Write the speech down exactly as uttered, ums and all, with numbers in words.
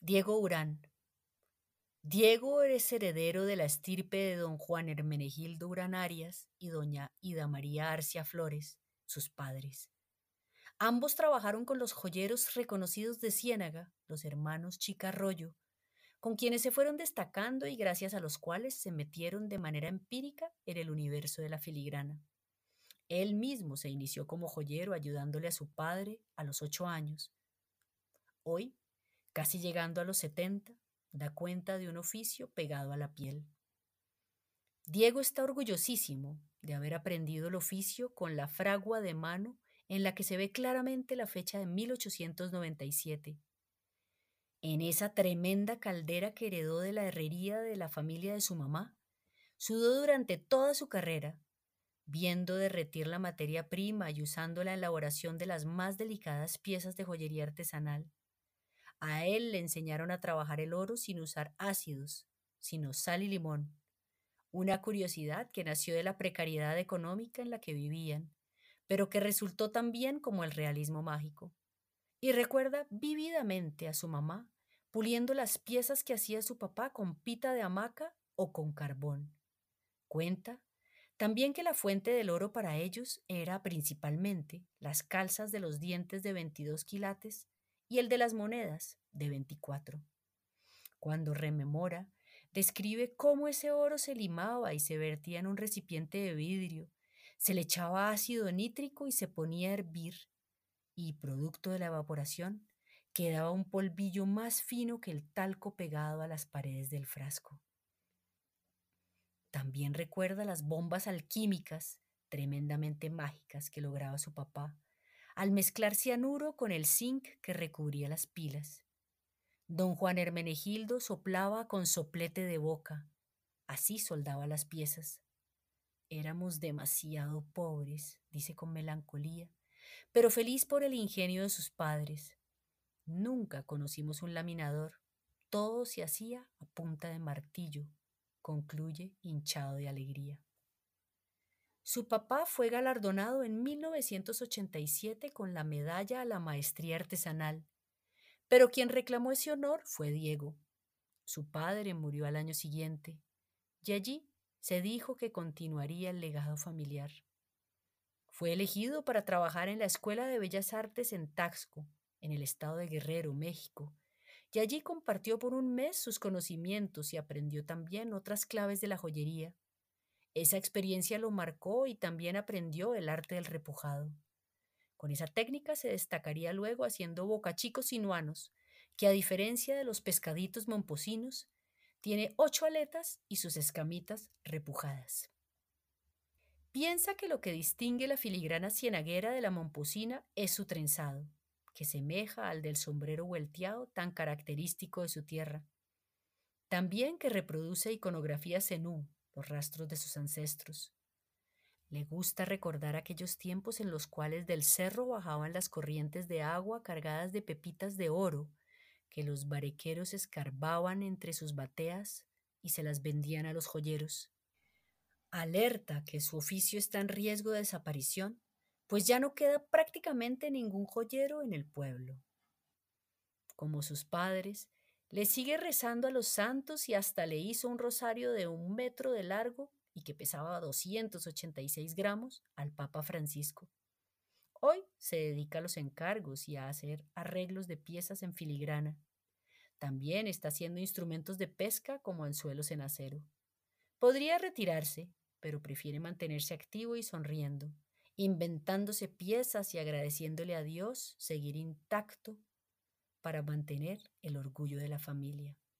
Diego Urán. Diego es heredero de la estirpe de don Juan Hermenegildo Urán Arias y doña Ida María Arcia Flores, sus padres. Ambos trabajaron con los joyeros reconocidos de Ciénaga, los hermanos Chica Arroyo, con quienes se fueron destacando y gracias a los cuales se metieron de manera empírica en el universo de la filigrana. Él mismo se inició como joyero ayudándole a su padre a los ocho años. Hoy, casi llegando a los setenta, da cuenta de un oficio pegado a la piel. Diego está orgullosísimo de haber aprendido el oficio con la fragua de mano en la que se ve claramente la fecha de mil ochocientos noventa y siete. En esa tremenda caldera que heredó de la herrería de la familia de su mamá, sudó durante toda su carrera, viendo derretir la materia prima y usándola en la elaboración de las más delicadas piezas de joyería artesanal. A él le enseñaron a trabajar el oro sin usar ácidos, sino sal y limón, una curiosidad que nació de la precariedad económica en la que vivían, pero que resultó también como el realismo mágico. Y recuerda vívidamente a su mamá puliendo las piezas que hacía su papá con pita de hamaca o con carbón. Cuenta también que la fuente del oro para ellos era principalmente las calzas de los dientes de veintidós quilates y el de las monedas de veinticuatro. Cuando rememora, describe cómo ese oro se limaba y se vertía en un recipiente de vidrio, se le echaba ácido nítrico y se ponía a hervir, y producto de la evaporación, quedaba un polvillo más fino que el talco pegado a las paredes del frasco. También recuerda las bombas alquímicas, tremendamente mágicas, que lograba su papá, al mezclar cianuro con el zinc que recubría las pilas. Don Juan Hermenegildo soplaba con soplete de boca, así soldaba las piezas. Éramos demasiado pobres, dice con melancolía, pero feliz por el ingenio de sus padres. Nunca conocimos un laminador, todo se hacía a punta de martillo, concluye hinchado de alegría. Su papá fue galardonado en mil novecientos ochenta y siete con la medalla a la maestría artesanal, pero quien reclamó ese honor fue Diego. Su padre murió al año siguiente, y allí se dijo que continuaría el legado familiar. Fue elegido para trabajar en la Escuela de Bellas Artes en Taxco, en el estado de Guerrero, México, y allí compartió por un mes sus conocimientos y aprendió también otras claves de la joyería. Esa experiencia lo marcó y también aprendió el arte del repujado. Con esa técnica se destacaría luego haciendo bocachicos sinuanos, que a diferencia de los pescaditos momposinos, tiene ocho aletas y sus escamitas repujadas. Piensa que lo que distingue la filigrana cienaguera de la momposina es su trenzado, que semeja al del sombrero vuelteado tan característico de su tierra. También que reproduce iconografía zenú, los rastros de sus ancestros. Le gusta recordar aquellos tiempos en los cuales del cerro bajaban las corrientes de agua cargadas de pepitas de oro, que los barequeros escarbaban entre sus bateas y se las vendían a los joyeros. Alerta que su oficio está en riesgo de desaparición, pues ya no queda prácticamente ningún joyero en el pueblo. Como sus padres, le sigue rezando a los santos y hasta le hizo un rosario de un metro de largo y que pesaba doscientos ochenta y seis gramos al Papa Francisco. Hoy se dedica a los encargos y a hacer arreglos de piezas en filigrana. También está haciendo instrumentos de pesca como anzuelos en acero. Podría retirarse, pero prefiere mantenerse activo y sonriendo, inventándose piezas y agradeciéndole a Dios seguir intacto para mantener el orgullo de la familia.